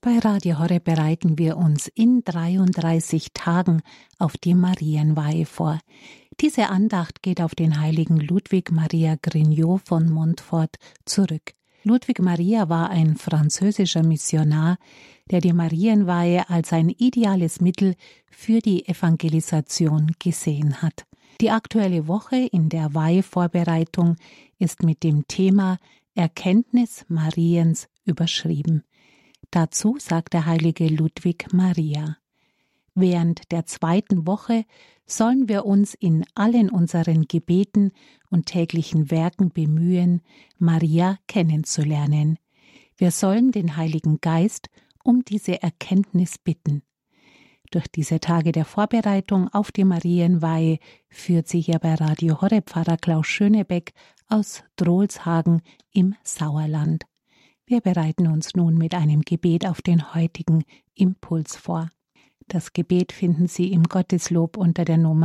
Bei Radio Horeb bereiten wir uns in 33 Tagen auf die Marienweihe vor. Diese Andacht geht auf den heiligen Ludwig Maria Grignot von Montfort zurück. Ludwig Maria war ein französischer Missionar, der die Marienweihe als ein ideales Mittel für die Evangelisation gesehen hat. Die aktuelle Woche in der Weihevorbereitung ist mit dem Thema Erkenntnis Mariens überschrieben. Dazu sagt der heilige Ludwig Maria: Während der 2. Woche sollen wir uns in allen unseren Gebeten und täglichen Werken bemühen, Maria kennenzulernen. Wir sollen den Heiligen Geist um diese Erkenntnis bitten. Durch diese Tage der Vorbereitung auf die Marienweihe führt sie hier bei Radio Horeb Pfarrer Klaus Schönebeck aus Drolshagen im Sauerland. Wir bereiten uns nun mit einem Gebet auf den heutigen Impuls vor. Das Gebet finden Sie im Gotteslob unter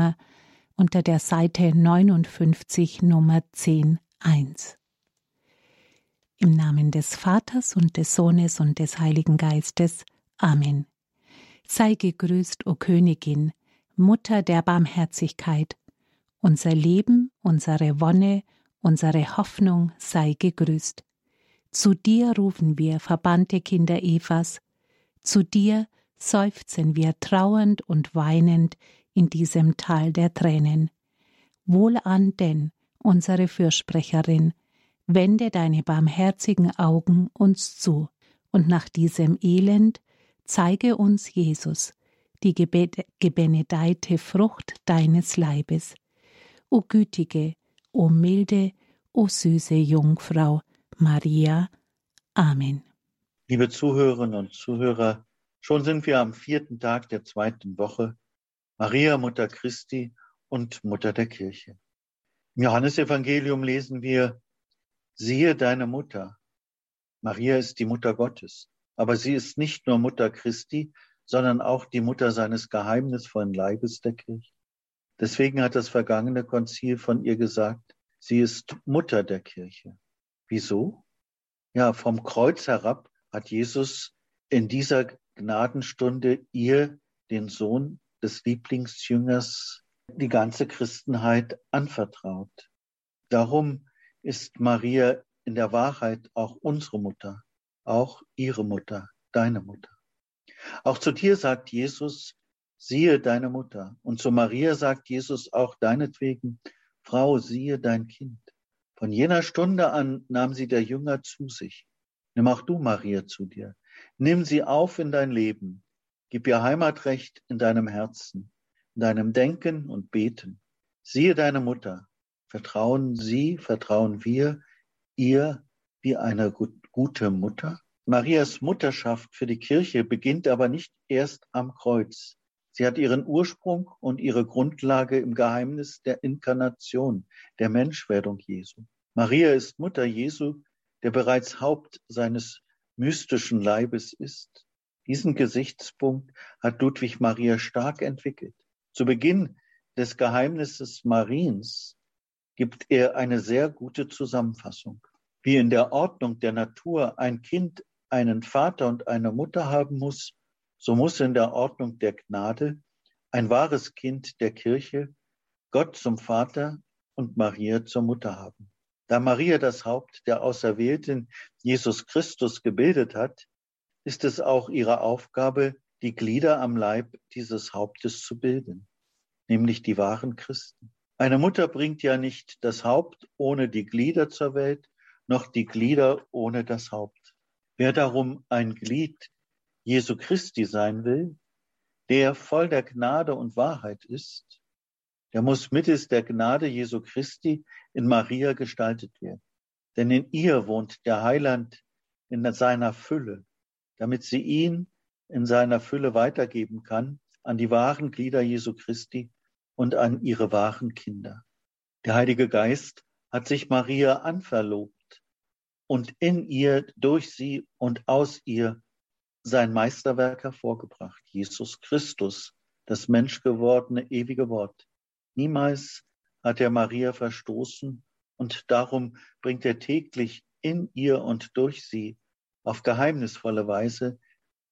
der Seite 59, Nummer 10.1. Im Namen des Vaters und des Sohnes und des Heiligen Geistes. Amen. Sei gegrüßt, o Königin, Mutter der Barmherzigkeit. Unser Leben, unsere Wonne, unsere Hoffnung sei gegrüßt. Zu dir rufen wir, verbannte Kinder Evas, zu dir seufzen wir trauernd und weinend in diesem Tal der Tränen. Wohlan denn, unsere Fürsprecherin, wende deine barmherzigen Augen uns zu, und nach diesem Elend zeige uns Jesus, die gebenedeite Frucht deines Leibes. O gütige, o milde, o süße Jungfrau Maria. Amen. Liebe Zuhörerinnen und Zuhörer, schon sind wir am 4. Tag der 2. Woche, Maria, Mutter Christi und Mutter der Kirche. Im Johannesevangelium lesen wir: Siehe deine Mutter. Maria ist die Mutter Gottes, aber sie ist nicht nur Mutter Christi, sondern auch die Mutter seines geheimnisvollen Leibes, der Kirche. Deswegen hat das vergangene Konzil von ihr gesagt, sie ist Mutter der Kirche. Wieso? Ja, vom Kreuz herab hat Jesus in dieser Gnadenstunde ihr, den Sohn des Lieblingsjüngers, die ganze Christenheit anvertraut. Darum ist Maria in der Wahrheit auch unsere Mutter, auch ihre Mutter, deine Mutter. Auch zu dir sagt Jesus: Siehe deine Mutter. Und zu Maria sagt Jesus auch deinetwegen: Frau, siehe dein Kind. Von jener Stunde an nahm sie der Jünger zu sich. Nimm auch du Maria zu dir. Nimm sie auf in dein Leben. Gib ihr Heimatrecht in deinem Herzen, in deinem Denken und Beten. Siehe deine Mutter. Vertrauen wir ihr wie eine gute Mutter? Marias Mutterschaft für die Kirche beginnt aber nicht erst am Kreuz. Sie hat ihren Ursprung und ihre Grundlage im Geheimnis der Inkarnation, der Menschwerdung Jesu. Maria ist Mutter Jesu, der bereits Haupt seines mystischen Leibes ist. Diesen Gesichtspunkt hat Ludwig Maria stark entwickelt. Zu Beginn des Geheimnisses Mariens gibt er eine sehr gute Zusammenfassung. Wie in der Ordnung der Natur ein Kind einen Vater und eine Mutter haben muss, so muss in der Ordnung der Gnade ein wahres Kind der Kirche Gott zum Vater und Maria zur Mutter haben. Da Maria das Haupt der Auserwählten Jesus Christus gebildet hat, ist es auch ihre Aufgabe, die Glieder am Leib dieses Hauptes zu bilden, nämlich die wahren Christen. Eine Mutter bringt ja nicht das Haupt ohne die Glieder zur Welt, noch die Glieder ohne das Haupt. Wer darum ein Glied Jesu Christi sein will, der voll der Gnade und Wahrheit ist, der muss mittels der Gnade Jesu Christi in Maria gestaltet werden. Denn in ihr wohnt der Heiland in seiner Fülle, damit sie ihn in seiner Fülle weitergeben kann an die wahren Glieder Jesu Christi und an ihre wahren Kinder. Der Heilige Geist hat sich Maria anverlobt und in ihr, durch sie und aus ihr sein Meisterwerk hervorgebracht, Jesus Christus, das menschgewordene ewige Wort. Niemals hat er Maria verstoßen und darum bringt er täglich in ihr und durch sie auf geheimnisvolle Weise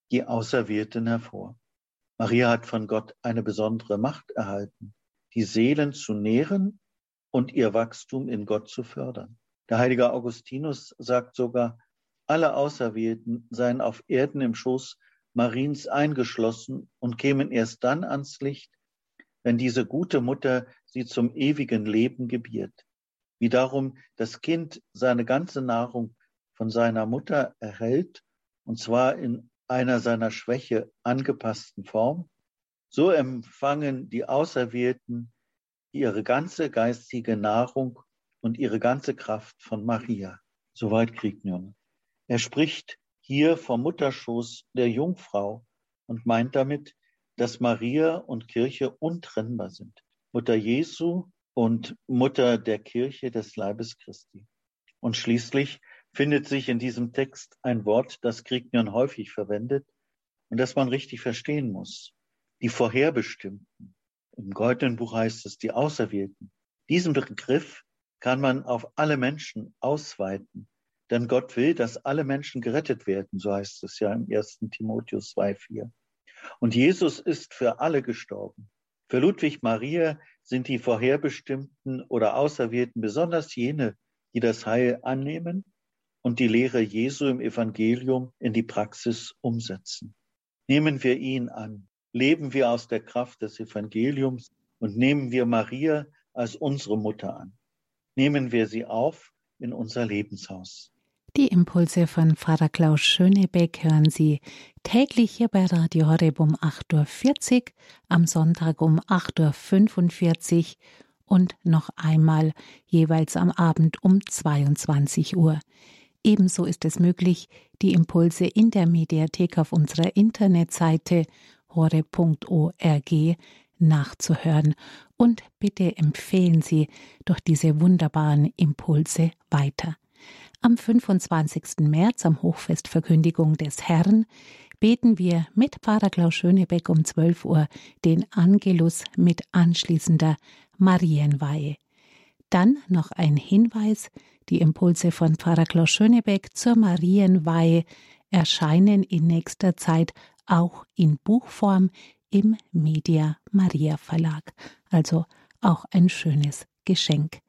die Auserwählten hervor. Maria hat von Gott eine besondere Macht erhalten, die Seelen zu nähren und ihr Wachstum in Gott zu fördern. Der heilige Augustinus sagt sogar, alle Auserwählten seien auf Erden im Schoß Mariens eingeschlossen und kämen erst dann ans Licht, wenn diese gute Mutter sie zum ewigen Leben gebiert. Wie darum das Kind seine ganze Nahrung von seiner Mutter erhält, und zwar in einer seiner Schwäche angepassten Form, so empfangen die Auserwählten ihre ganze geistige Nahrung und ihre ganze Kraft von Maria. Soweit Grignion. Er spricht hier vom Mutterschoß der Jungfrau und meint damit, dass Maria und Kirche untrennbar sind. Mutter Jesu und Mutter der Kirche des Leibes Christi. Und schließlich findet sich in diesem Text ein Wort, das Grignion häufig verwendet und das man richtig verstehen muss. Die Vorherbestimmten. Im Goldenen Buch heißt es die Auserwählten. Diesen Begriff kann man auf alle Menschen ausweiten, denn Gott will, dass alle Menschen gerettet werden, so heißt es ja im 1. Timotheus 2,4. Und Jesus ist für alle gestorben. Für Ludwig Maria sind die Vorherbestimmten oder Auserwählten besonders jene, die das Heil annehmen und die Lehre Jesu im Evangelium in die Praxis umsetzen. Nehmen wir ihn an, leben wir aus der Kraft des Evangeliums und nehmen wir Maria als unsere Mutter an. Nehmen wir sie auf in unser Lebenshaus. Die Impulse von Pfarrer Klaus Schönebeck hören Sie täglich hier bei Radio Horeb um 8.40 Uhr, am Sonntag um 8.45 Uhr und noch einmal jeweils am Abend um 22 Uhr. Ebenso ist es möglich, die Impulse in der Mediathek auf unserer Internetseite horeb.org nachzuhören. Und bitte empfehlen Sie doch diese wunderbaren Impulse weiter. Am 25. März, am Hochfestverkündigung des Herrn, beten wir mit Pfarrer Klaus Schönebeck um 12 Uhr den Angelus mit anschließender Marienweihe. Dann noch ein Hinweis: Die Impulse von Pfarrer Klaus Schönebeck zur Marienweihe erscheinen in nächster Zeit auch in Buchform im Media Maria Verlag. Also auch ein schönes Geschenk.